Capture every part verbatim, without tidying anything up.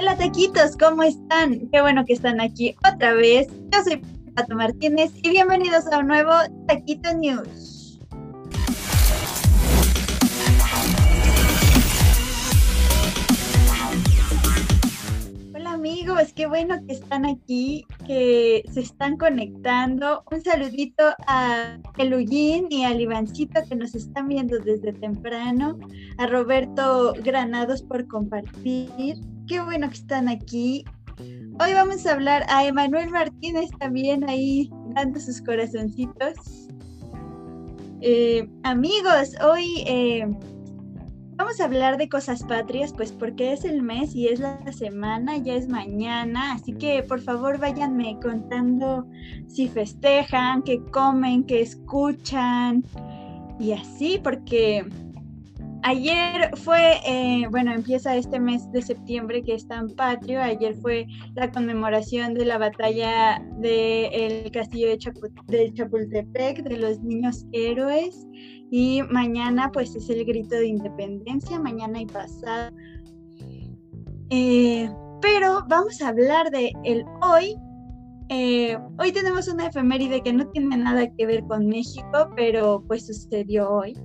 Hola taquitos, ¿cómo están? Qué bueno que están aquí otra vez. Yo soy Pato Martínez y bienvenidos a un nuevo Taquito News. Hola amigos, qué bueno que están aquí, que se están conectando. Un saludito a Elujín y al Ivancito que nos están viendo desde temprano, a Roberto Granados por compartir. Qué bueno que están aquí. Hoy vamos a hablar a Emanuel Martínez también ahí dando sus corazoncitos. Eh, amigos, hoy eh, vamos a hablar de cosas patrias, pues porque es el mes y es la semana, ya es mañana, así que por favor váyanme contando si festejan, qué comen, qué escuchan y así, porque ayer fue, eh, bueno, empieza este mes de septiembre que es tan patrio. Ayer fue la conmemoración de la batalla del castillo de, Chapu- de Chapultepec, de los niños héroes, y mañana pues es el grito de independencia, mañana y pasado. Eh, pero vamos a hablar de el hoy. Eh, hoy tenemos una efeméride que no tiene nada que ver con México, pero pues sucedió hoy.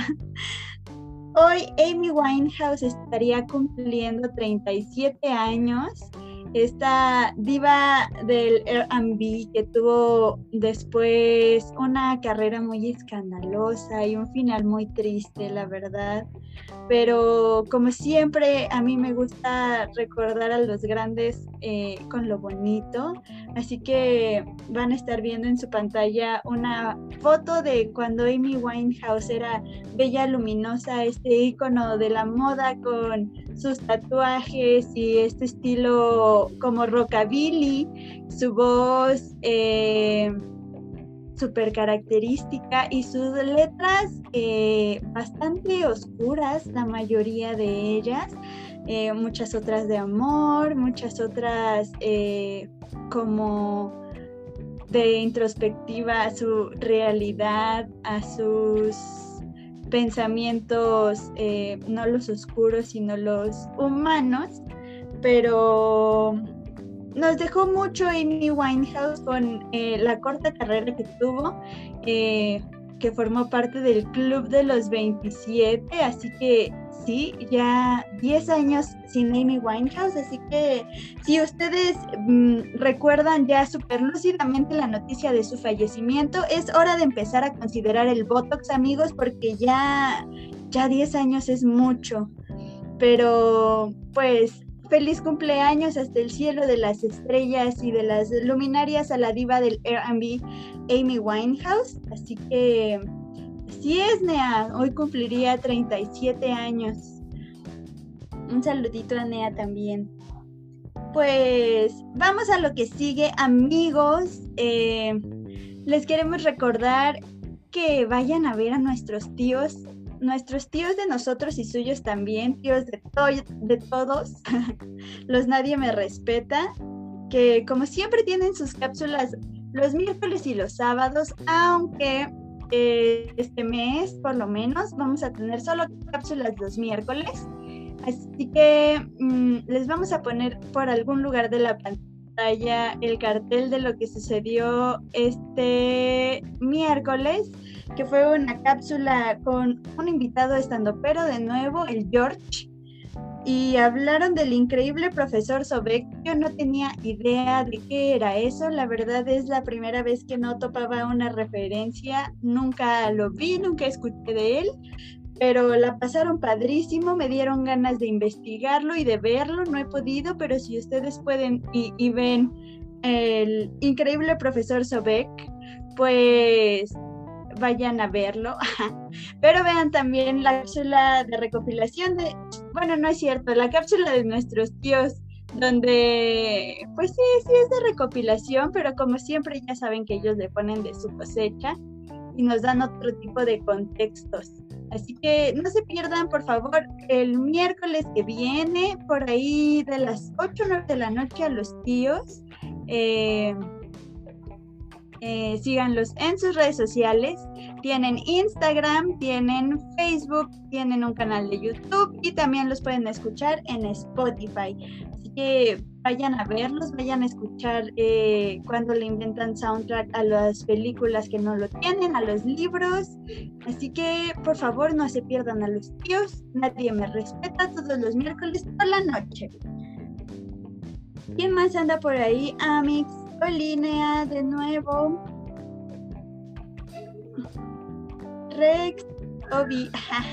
Hoy Amy Winehouse estaría cumpliendo treinta y siete años, esta diva del R and B que tuvo después una carrera muy escandalosa y un final muy triste, la verdad. Pero como siempre, a mí me gusta recordar a los grandes eh, con lo bonito, así que van a estar viendo en su pantalla una foto de cuando Amy Winehouse era bella, luminosa, este ícono de la moda con sus tatuajes y este estilo como rockabilly, su voz eh, súper característica y sus letras eh, bastante oscuras, la mayoría de ellas, eh, muchas otras de amor, muchas otras eh, como de introspectiva a su realidad, a sus pensamientos, eh, no los oscuros, sino los humanos, pero nos dejó mucho Amy Winehouse con eh, la corta carrera que tuvo, eh, que formó parte del Club de los veintisiete, así que sí, ya diez años sin Amy Winehouse, así que si ustedes mmm, recuerdan ya súper lúcidamente la noticia de su fallecimiento, es hora de empezar a considerar el Botox, amigos, porque ya, ya diez años es mucho, pero pues feliz cumpleaños hasta el cielo de las estrellas y de las luminarias a la diva del R and B, Amy Winehouse. Así que, así es, Nea, hoy cumpliría treinta y siete años. Un saludito a Nea también. Pues vamos a lo que sigue, amigos. Eh, les queremos recordar que vayan a ver a nuestros tíos. Nuestros tíos de nosotros y suyos también, tíos de, to- de todos, los Nadie Me Respeta, que como siempre tienen sus cápsulas los miércoles y los sábados, aunque eh, este mes por lo menos vamos a tener solo cápsulas los miércoles, así que mmm, les vamos a poner por algún lugar de la pantalla el cartel de lo que sucedió este miércoles, que fue una cápsula con un invitado estandopero de nuevo, el George, y hablaron del increíble profesor Sobek. Yo no tenía idea de qué era eso, la verdad es la primera vez que no topaba una referencia, nunca lo vi, nunca escuché de él, pero la pasaron padrísimo, me dieron ganas de investigarlo y de verlo, no he podido, pero si ustedes pueden y, y ven el increíble profesor Sobek, pues vayan a verlo, pero vean también la cápsula de recopilación de, bueno, no es cierto, la cápsula de nuestros tíos, donde, pues sí, sí es de recopilación, pero como siempre ya saben que ellos le ponen de su cosecha y nos dan otro tipo de contextos. Así que no se pierdan, por favor, el miércoles que viene, por ahí de las ocho o nueve de la noche a los tíos. Eh, Eh, síganlos en sus redes sociales, tienen Instagram, tienen Facebook, tienen un canal de YouTube y también los pueden escuchar en Spotify. Así que vayan a verlos, vayan a escuchar eh, cuando le inventan soundtrack a las películas que no lo tienen, a los libros. Así que por favor no se pierdan a los tíos, nadie me respeta, todos los miércoles por la noche. ¿Quién más anda por ahí? Amix, Olinea de nuevo. Rex, Obi,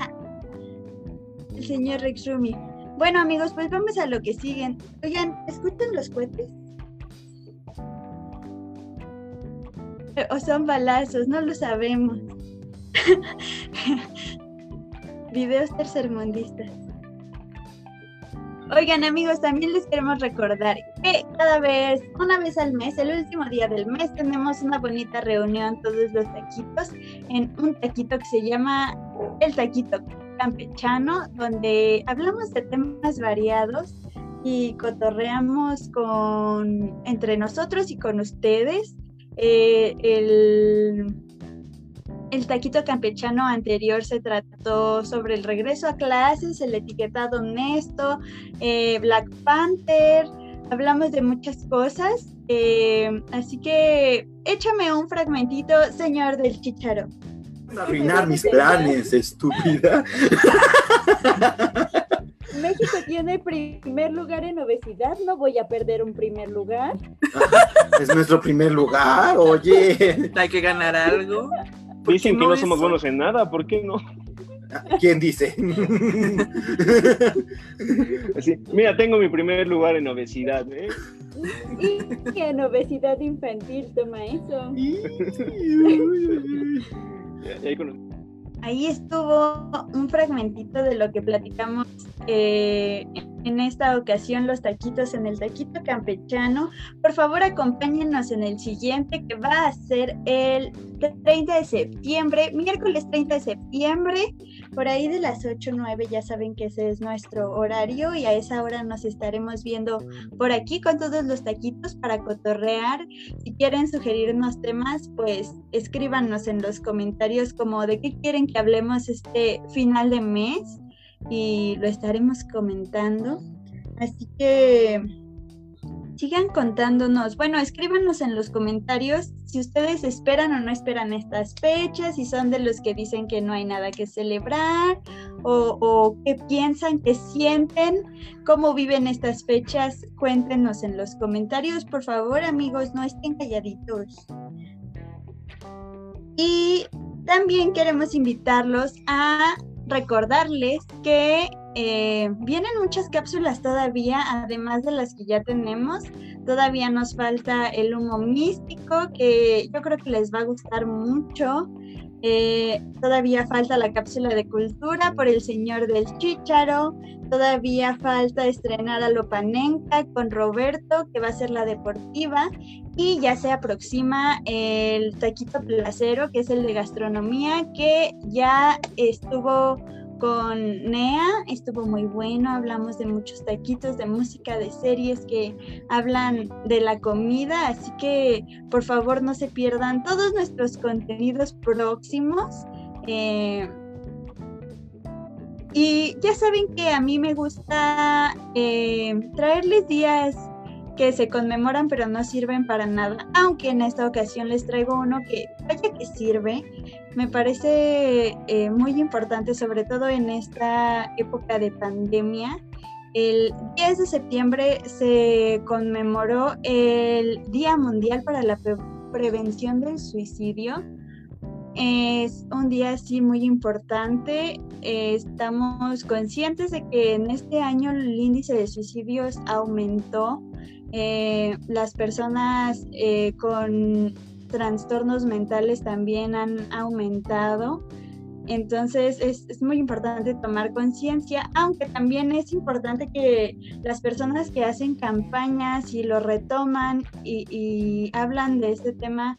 el señor Rex Rumi. Bueno, amigos, pues vamos a lo que siguen. Oigan, ¿escuchan los cohetes? O son balazos, no lo sabemos. Videos tercermundistas. Oigan, amigos, también les queremos recordar que cada vez, una vez al mes, el último día del mes, tenemos una bonita reunión todos los taquitos en un taquito que se llama El Taquito Campechano, donde hablamos de temas variados y cotorreamos con entre nosotros y con ustedes. Eh, el... El taquito campechano anterior se trató sobre el regreso a clases, el etiquetado honesto, eh, Black Panther, hablamos de muchas cosas, eh, así que échame un fragmentito, señor del Chícharo. Arruinar mis planes, estúpida. México tiene primer lugar en obesidad, no voy a perder un primer lugar. Es nuestro primer lugar, oye. Hay que ganar algo. Dicen que no no eso? somos buenos en nada, ¿por qué no? ¿Quién dice? Así, mira, tengo mi primer lugar en obesidad, ¿eh? Y en obesidad infantil, toma eso. Ahí con... Ahí estuvo un fragmentito de lo que platicamos eh, en esta ocasión, los taquitos en el taquito campechano. Por favor, acompáñenos en el siguiente, que va a ser el treinta de septiembre, miércoles treinta de septiembre, por ahí de las ocho o nueve, ya saben que ese es nuestro horario y a esa hora nos estaremos viendo por aquí con todos los taquitos para cotorrear. Si quieren sugerirnos temas, pues escríbanos en los comentarios como de qué quieren que hablemos este final de mes y lo estaremos comentando. Así que sigan contándonos, bueno, escríbanos en los comentarios si ustedes esperan o no esperan estas fechas, si son de los que dicen que no hay nada que celebrar o, o qué piensan, qué sienten, cómo viven estas fechas. Cuéntenos en los comentarios, por favor, amigos, no estén calladitos. Y también queremos invitarlos a recordarles que eh, vienen muchas cápsulas todavía, además de las que ya tenemos. Todavía nos falta el humo místico, que yo creo que les va a gustar mucho. Eh, todavía falta la cápsula de cultura por el señor del Chícharo. Todavía falta estrenar a Lopanenka con Roberto, que va a ser la deportiva. Y ya se aproxima el taquito placero, que es el de gastronomía, que ya estuvo con Nea, estuvo muy bueno. Hablamos de muchos taquitos, de música, de series que hablan de la comida, así que por favor no se pierdan todos nuestros contenidos próximos. Eh, y ya saben que a mí me gusta eh, traerles días que se conmemoran pero no sirven para nada, aunque en esta ocasión les traigo uno que vaya que sirve. Me parece eh, muy importante, sobre todo en esta época de pandemia. El diez de septiembre se conmemoró el Día Mundial para la Pre- Prevención del Suicidio. Es un día así muy importante. Eh, estamos conscientes de que en este año el índice de suicidios aumentó. Eh, las personas eh, con trastornos mentales también han aumentado. Entonces es, es muy importante tomar conciencia, aunque también es importante que las personas que hacen campañas y lo retoman y, y hablan de este tema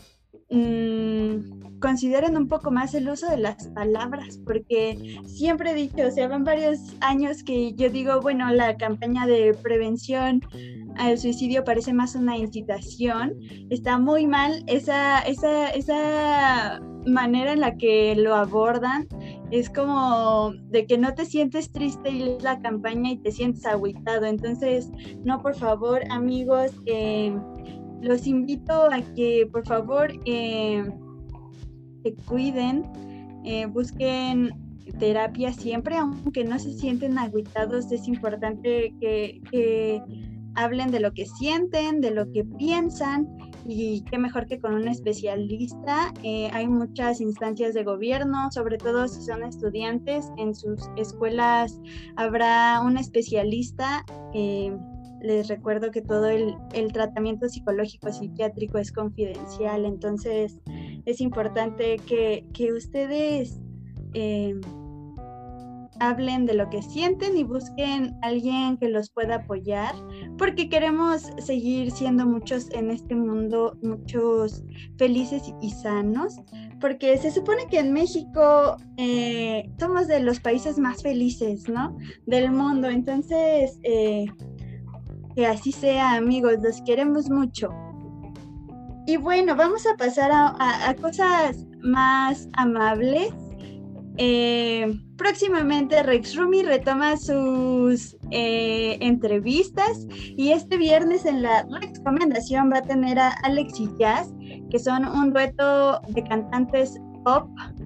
mmm, consideren un poco más el uso de las palabras, porque siempre he dicho, o sea, van varios años que yo digo, bueno, la campaña de prevención al suicidio parece más una incitación. Está muy mal esa, esa, esa manera en la que lo abordan es como de que no te sientes triste y lees la campaña y te sientes agüitado. Entonces, no, por favor, amigos, eh, los invito a que, por favor, eh, se cuiden, eh, busquen terapia siempre, aunque no se sienten agüitados. Es importante que, que hablen de lo que sienten, de lo que piensan, y qué mejor que con un especialista. Eh, hay muchas instancias de gobierno, sobre todo si son estudiantes, en sus escuelas habrá un especialista. Eh, les recuerdo que todo el, el tratamiento psicológico psiquiátrico es confidencial, entonces es importante que, que ustedes eh, hablen de lo que sienten y busquen a alguien que los pueda apoyar, porque queremos seguir siendo muchos en este mundo, muchos felices y, y sanos, porque se supone que en México eh, somos de los países más felices, ¿no?, del mundo. Entonces, eh, que así sea, amigos, los queremos mucho. Y bueno, vamos a pasar a, a, a cosas más amables. Eh, próximamente Rex Rumi retoma sus eh, entrevistas, y este viernes en la recomendación va a tener a Alex y Jazz, que son un dueto de cantantes pop.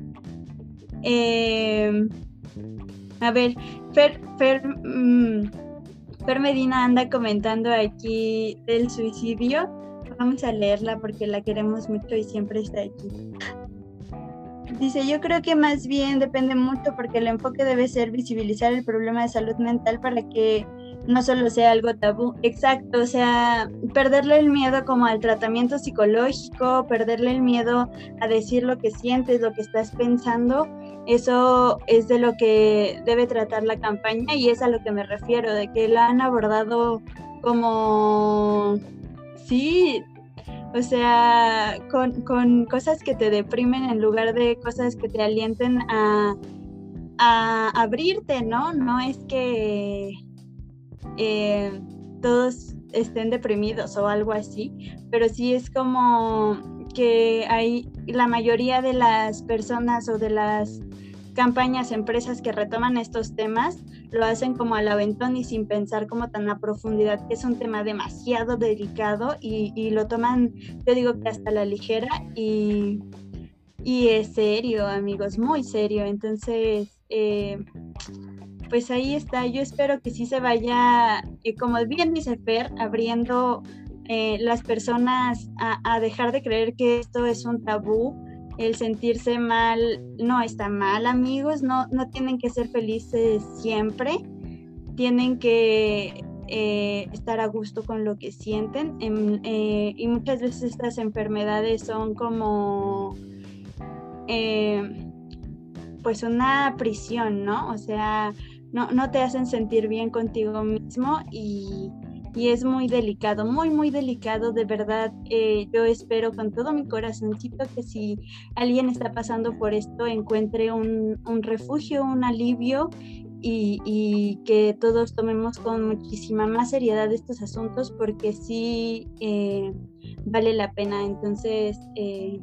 Eh, a ver, Fer, Fer, mm, Fer Medina anda comentando aquí del suicidio. Vamos a leerla porque la queremos mucho y siempre está aquí. Dice, yo creo que más bien depende mucho, porque el enfoque debe ser visibilizar el problema de salud mental para que no solo sea algo tabú. Exacto, o sea, perderle el miedo como al tratamiento psicológico, perderle el miedo a decir lo que sientes, lo que estás pensando. Eso es de lo que debe tratar la campaña, y es a lo que me refiero, de que la han abordado como, sí, o sea, con, con cosas que te deprimen en lugar de cosas que te alienten a, a abrirte, ¿no? No es que eh, todos estén deprimidos o algo así, pero sí es como que hay la mayoría de las personas o de las campañas, empresas que retoman estos temas, lo hacen como al aventón y sin pensar como tan a profundidad, que es un tema demasiado delicado, y, y lo toman, yo digo que hasta la ligera, y, y es serio, amigos, muy serio. Entonces, eh, pues ahí está. Yo espero que sí se vaya, eh, como bien dice Fer, abriendo eh, las personas a, a dejar de creer que esto es un tabú. El sentirse mal no está mal, amigos, no, no tienen que ser felices siempre, tienen que eh, estar a gusto con lo que sienten, en, eh, y muchas veces estas enfermedades son como eh, pues una prisión, ¿no? O sea, no, no te hacen sentir bien contigo mismo, y y es muy delicado, muy, muy delicado, de verdad. Eh, yo espero con todo mi corazoncito que si alguien está pasando por esto, encuentre un, un refugio, un alivio, y, y que todos tomemos con muchísima más seriedad estos asuntos, porque sí eh, vale la pena. Entonces, eh,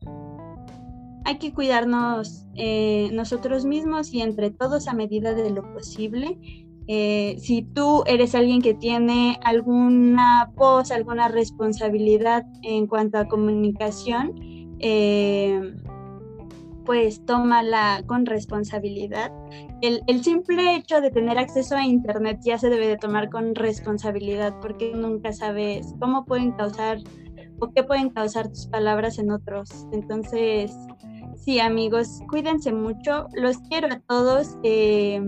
hay que cuidarnos eh, nosotros mismos y entre todos a medida de lo posible. Eh, si tú eres alguien que tiene alguna voz, alguna responsabilidad en cuanto a comunicación, eh, pues tómala con responsabilidad. El, el simple hecho de tener acceso a internet ya se debe de tomar con responsabilidad, porque nunca sabes cómo pueden causar o qué pueden causar tus palabras en otros. Entonces, sí, amigos, cuídense mucho, los quiero a todos. Eh,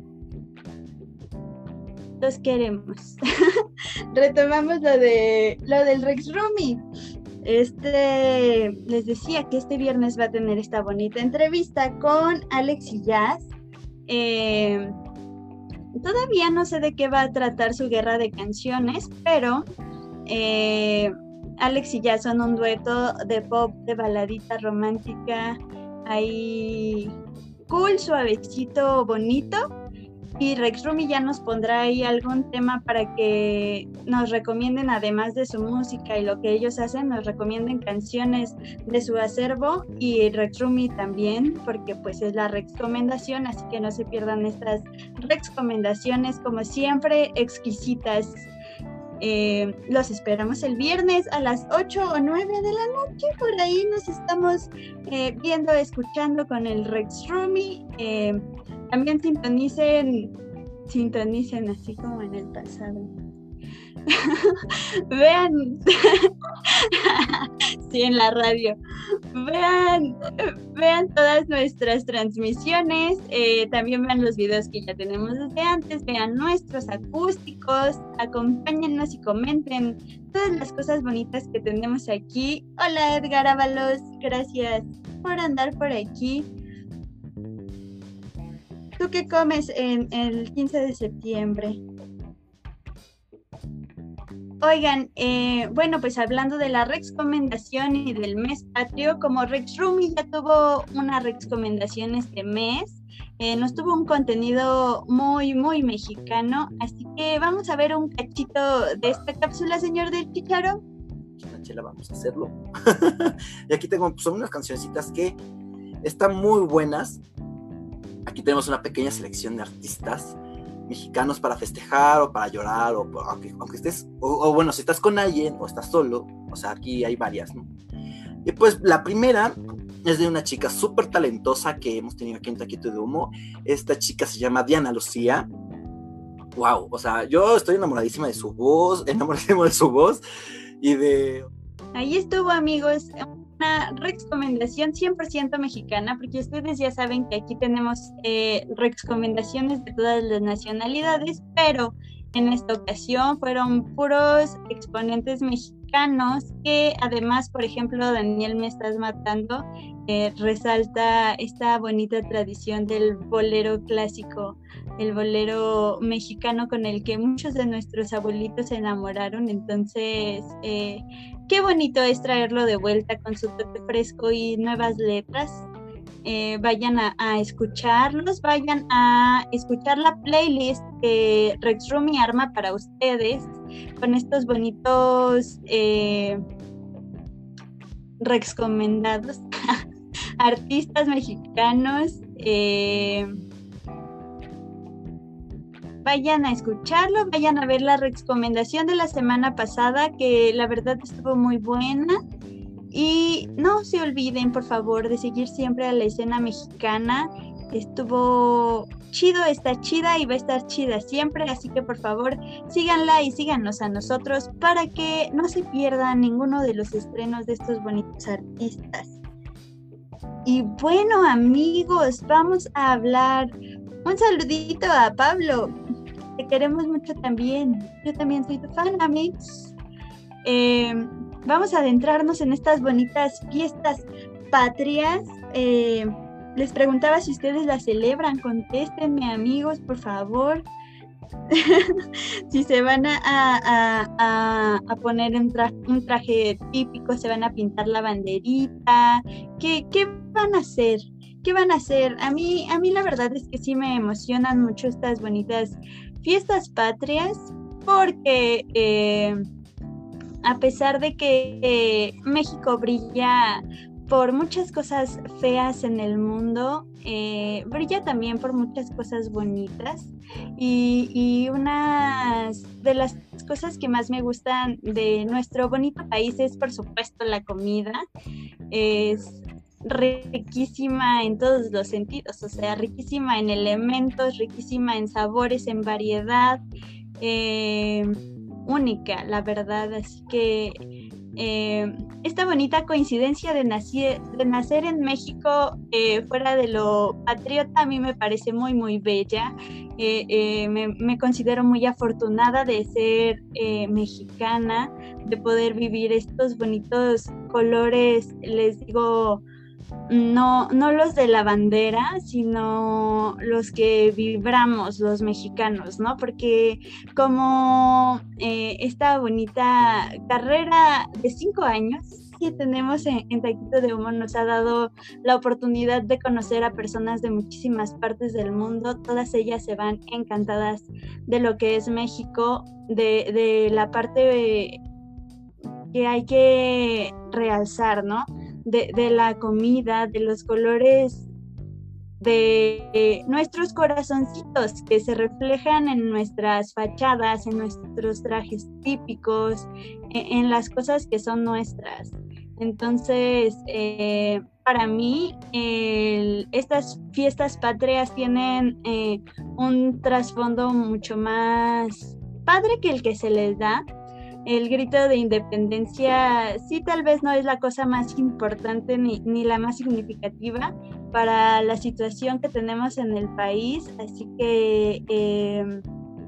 Los queremos. Retomamos lo de lo del Rex Rumi. Este, les decía que este viernes va a tener esta bonita entrevista con Alex y Jazz. Eh, todavía no sé de qué va a tratar su guerra de canciones, pero eh, Alex y Jazz son un dueto de pop, de baladita romántica, ahí cool, suavecito, bonito. y Rex Rumi ya nos pondrá ahí algún tema para que nos recomienden, además de su música y lo que ellos hacen, nos recomienden canciones de su acervo, y Rex Rumi también, porque pues es la recomendación, así que no se pierdan estas recomendaciones, como siempre, exquisitas. Eh, los esperamos el viernes a las ocho o nueve de la noche, por ahí nos estamos eh, viendo, escuchando con el Rex Rumi. Eh, también sintonicen, sintonicen así como en el pasado. Vean, sí, en la radio, vean, vean todas nuestras transmisiones, eh, también vean los videos que ya tenemos desde antes, vean nuestros acústicos, acompáñennos y comenten todas las cosas bonitas que tenemos aquí. Hola Edgar Ábalos, gracias por andar por aquí. ¿Tú qué comes en el quince de septiembre? Oigan, eh, bueno, pues hablando de la recomendación y del mes patrio, como Rex Rumi ya tuvo una recomendación este mes, eh, nos tuvo un contenido muy, muy mexicano, así que vamos a ver un cachito de esta cápsula, señor del Chicharo. Chela, vamos a hacerlo. Y aquí tengo pues, unas cancioncitas que están muy buenas. Aquí tenemos una pequeña selección de artistas mexicanos para festejar o para llorar, o aunque, aunque estés, o, o bueno, si estás con alguien o estás solo, o sea, aquí hay varias, ¿no? Y pues la primera es de una chica súper talentosa que hemos tenido aquí en Taquito de Humo. Esta chica se llama Diana Lucía. Wow, o sea, yo estoy enamoradísima de su voz, enamoradísimo de su voz y de... Ahí estuvo, amigos, una recomendación cien por ciento mexicana, porque ustedes ya saben que aquí tenemos eh, recomendaciones de todas las nacionalidades, pero en esta ocasión fueron puros exponentes mexicanos que además, por ejemplo, Daniel Me Estás Matando, eh, resalta esta bonita tradición del bolero clásico, el bolero mexicano con el que muchos de nuestros abuelitos se enamoraron. Entonces, eh, qué bonito es traerlo de vuelta con su toque fresco y nuevas letras. Eh, vayan a, a escucharlos, vayan a escuchar la playlist que Rex Rumi arma para ustedes con estos bonitos eh, recomendados artistas mexicanos. Eh, vayan a escucharlo, vayan a ver la recomendación de la semana pasada, que la verdad estuvo muy buena. Y no se olviden, por favor, de seguir siempre a la escena mexicana. Estuvo chido, está chida y va a estar chida siempre, así que por favor síganla y síganos a nosotros para que no se pierdan ninguno de los estrenos de estos bonitos artistas. Y bueno, amigos, vamos a hablar. Un saludito a Pablo, te queremos mucho también. Yo también soy tu fan, amigos. Eh, vamos a adentrarnos en estas bonitas fiestas patrias. Eh, les preguntaba si ustedes las celebran. Contéstenme, amigos, por favor. Si se van a, a, a, a poner un, tra- un traje típico, se van a pintar la banderita. ¿Qué, qué van a hacer? ¿Qué van a hacer? A mí, a mí la verdad es que sí me emocionan mucho estas bonitas fiestas patrias, porque eh, a pesar de que eh, México brilla por muchas cosas feas en el mundo, eh, brilla también por muchas cosas bonitas, y, y una de las cosas que más me gustan de nuestro bonito país es, por supuesto, la comida. Es riquísima en todos los sentidos, o sea, riquísima en elementos, riquísima en sabores, en variedad, eh, única, la verdad. Así que eh, esta bonita coincidencia de nacer, de nacer en México, eh, fuera de lo patriota, a mí me parece muy, muy bella. Eh, eh, me, me considero muy afortunada de ser eh, mexicana, de poder vivir estos bonitos colores, les digo, no, no los de la bandera, sino los que vibramos los mexicanos, ¿no? Porque como eh, esta bonita carrera de cinco años que tenemos en, en Taquito de Humo nos ha dado la oportunidad de conocer a personas de muchísimas partes del mundo. Todas ellas se van encantadas de lo que es México, de, de la parte que hay que realzar, ¿no? De, de la comida, de los colores, de nuestros corazoncitos que se reflejan en nuestras fachadas, en nuestros trajes típicos, en, en las cosas que son nuestras. Entonces, eh, para mí, el, estas fiestas patrias tienen eh, un trasfondo mucho más padre que el que se les da. El grito de independencia sí tal vez no es la cosa más importante ni, ni la más significativa para la situación que tenemos en el país, así que eh,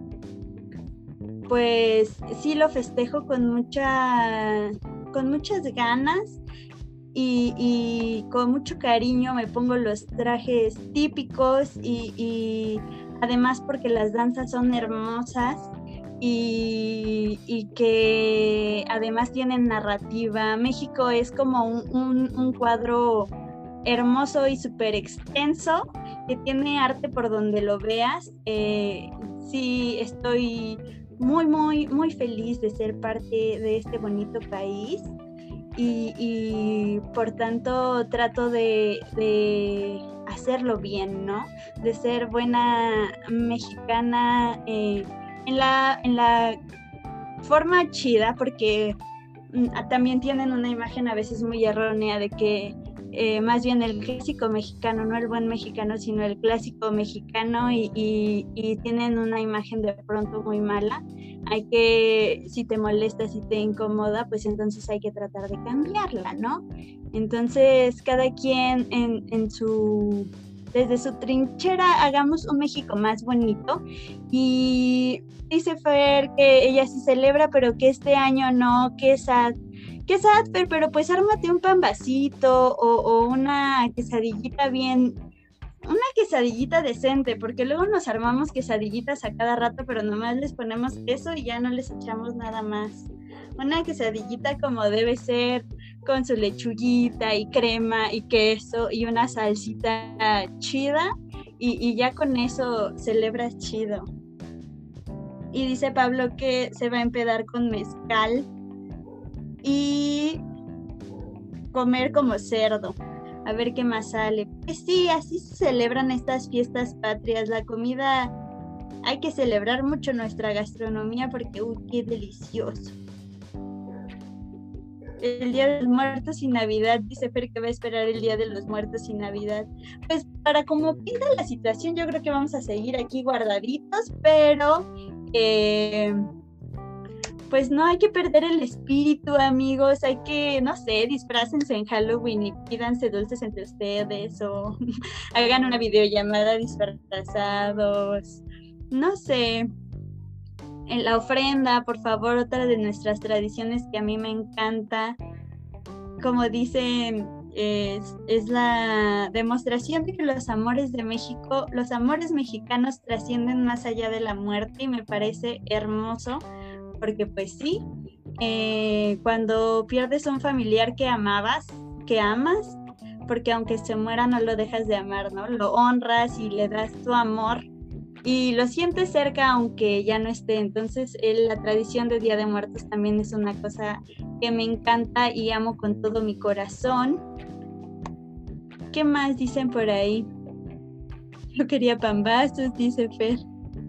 pues sí lo festejo con mucha con muchas ganas y, y con mucho cariño. Me pongo los trajes típicos y, y además porque las danzas son hermosas. Y, y que además tienen narrativa. México es como un, un, un cuadro hermoso y súper extenso, que tiene arte por donde lo veas. Eh, sí, estoy muy, muy, muy feliz de ser parte de este bonito país y, y por tanto trato de, de hacerlo bien, ¿no? De ser buena mexicana, eh, En la, en la forma chida, porque mm, también tienen una imagen a veces muy errónea de que eh, más bien el clásico mexicano, no el buen mexicano, sino el clásico mexicano y, y, y tienen una imagen de pronto muy mala. Hay que, si te molesta, si te incomoda, pues entonces hay que tratar de cambiarla, ¿no? Entonces cada quien en, en su... desde su trinchera hagamos un México más bonito. Y dice Fer que ella sí celebra, pero que este año no, que sad, que sad, Fer, pero pues ármate un pambacito o, o una quesadillita bien, una quesadillita decente, porque luego nos armamos quesadillitas a cada rato, pero nomás les ponemos queso y ya no les echamos nada más. Una quesadillita como debe ser, con su lechuguita y crema y queso y una salsita chida y, y ya con eso celebras chido. Y dice Pablo que se va a empedar con mezcal y comer como cerdo. A ver qué más sale. Pues sí, así se celebran estas fiestas patrias. La comida, hay que celebrar mucho nuestra gastronomía porque uy, qué delicioso. El Día de los Muertos y Navidad, dice Fer que va a esperar el Día de los Muertos y Navidad. Pues para como pinta la situación, yo creo que vamos a seguir aquí guardaditos, pero eh, pues no hay que perder el espíritu, amigos. Hay que, no sé, disfrácense en Halloween y pídanse dulces entre ustedes o hagan una videollamada disfrazados. No sé. En la ofrenda, por favor, otra de nuestras tradiciones que a mí me encanta, como dicen, es, es la demostración de que los amores de México, los amores mexicanos trascienden más allá de la muerte y me parece hermoso, porque pues sí, eh, cuando pierdes un familiar que amabas, que amas, porque aunque se muera no lo dejas de amar, ¿no? Lo honras y le das tu amor. Y lo sientes cerca aunque ya no esté. Entonces el, la tradición de Día de Muertos también es una cosa que me encanta y amo con todo mi corazón. ¿Qué más dicen por ahí? Yo quería pambazos, dice Fer.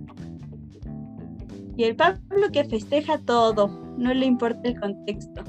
Y el Pablo que festeja todo, no le importa el contexto.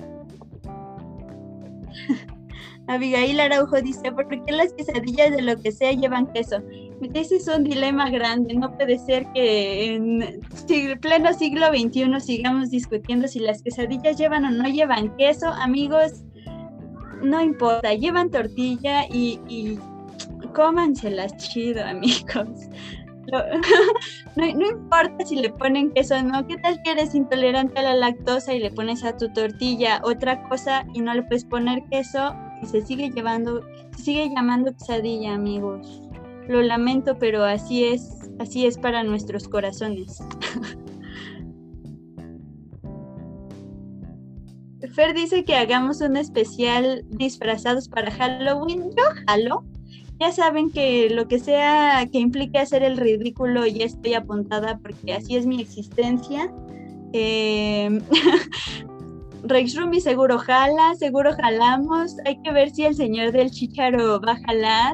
Abigail Araujo dice, ¿por qué las quesadillas de lo que sea llevan queso? Ese es un dilema grande, no puede ser que en pleno siglo veintiuno sigamos discutiendo si las quesadillas llevan o no llevan queso. Amigos, no importa, llevan tortilla y, y cómanselas chido, amigos. No, no, no importa si le ponen queso o no. ¿Qué tal que eres intolerante a la lactosa y le pones a tu tortilla otra cosa y no le puedes poner queso y se sigue llevando, se sigue llamando quesadilla, amigos? Lo lamento, pero así es, así es para nuestros corazones. Fer dice que hagamos un especial disfrazados para Halloween. Yo jalo. Ya saben que lo que sea que implique hacer el ridículo, ya estoy apuntada porque así es mi existencia. Eh... Rex Rumi seguro jala, seguro jalamos. Hay que ver si el señor del chícharo va a jalar.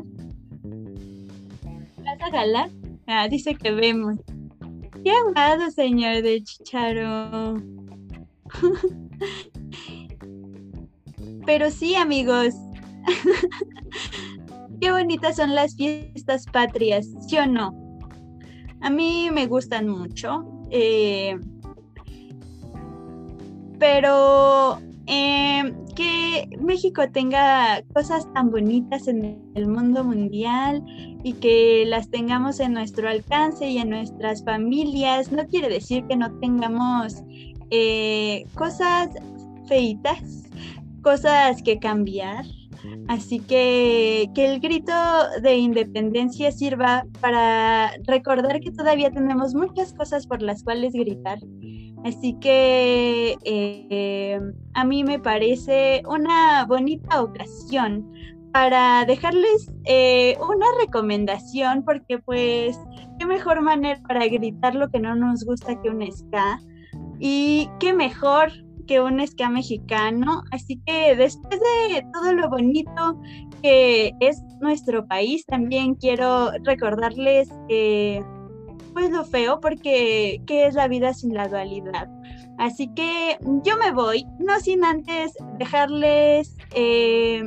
¿Vas a jalar? Ah, dice que vemos. Qué aguado, señor del chícharo. Pero sí, amigos. Qué bonitas son las fiestas patrias, ¿sí o no? A mí me gustan mucho. Eh... Pero eh, que México tenga cosas tan bonitas en el mundo mundial y que las tengamos en nuestro alcance y en nuestras familias, no quiere decir que no tengamos eh, cosas feitas, cosas que cambiar. Así que que el grito de independencia sirva para recordar que todavía tenemos muchas cosas por las cuales gritar. Así que eh, a mí me parece una bonita ocasión para dejarles eh, una recomendación, porque pues qué mejor manera para gritar lo que no nos gusta que un ska, y qué mejor que un ska mexicano. Así que después de todo lo bonito que es nuestro país, también quiero recordarles eh, pues lo feo, porque ¿qué es la vida sin la dualidad? Así que yo me voy, no sin antes dejarles eh,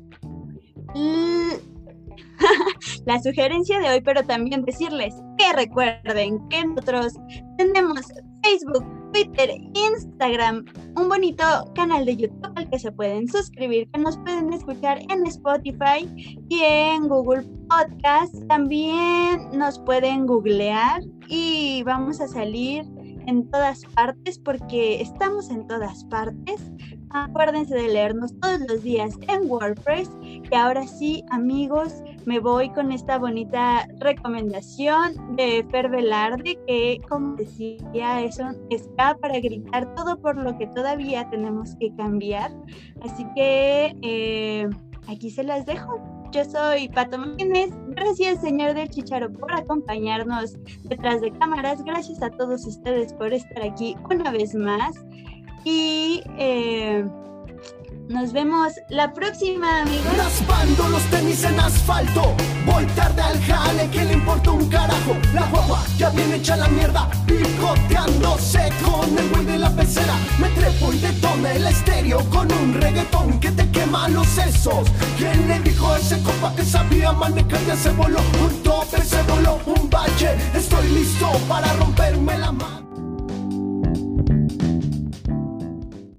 l- la sugerencia de hoy, pero también decirles que recuerden que nosotros tenemos Facebook, Twitter, Instagram, un bonito canal de YouTube al que se pueden suscribir, que nos pueden escuchar en Spotify y en Google Podcast. También nos pueden googlear y vamos a salir en todas partes, porque estamos en todas partes. Acuérdense de leernos todos los días en WordPress. Y ahora sí, amigos, me voy con esta bonita recomendación de Fer Velarde, que, como decía, es un ska para gritar todo por lo que todavía tenemos que cambiar. Así que eh, aquí se las dejo. Yo soy Pato Martínez. Gracias, señor del Chícharo, por acompañarnos detrás de cámaras. Gracias a todos ustedes por estar aquí una vez más. Y eh, nos vemos la próxima, amigos. Raspando los tenis en asfalto, voy tarde al jale, que le importa un carajo. La guagua ya viene hecha la mierda, picoteándose con el güey de la pecera. Me trepo y detone el estéreo con un reggaetón que te quema los sesos. ¿Quién le dijo a ese compa que sabía manejar? Ya se voló un tope, se voló un bache. Estoy listo para romperme la mano.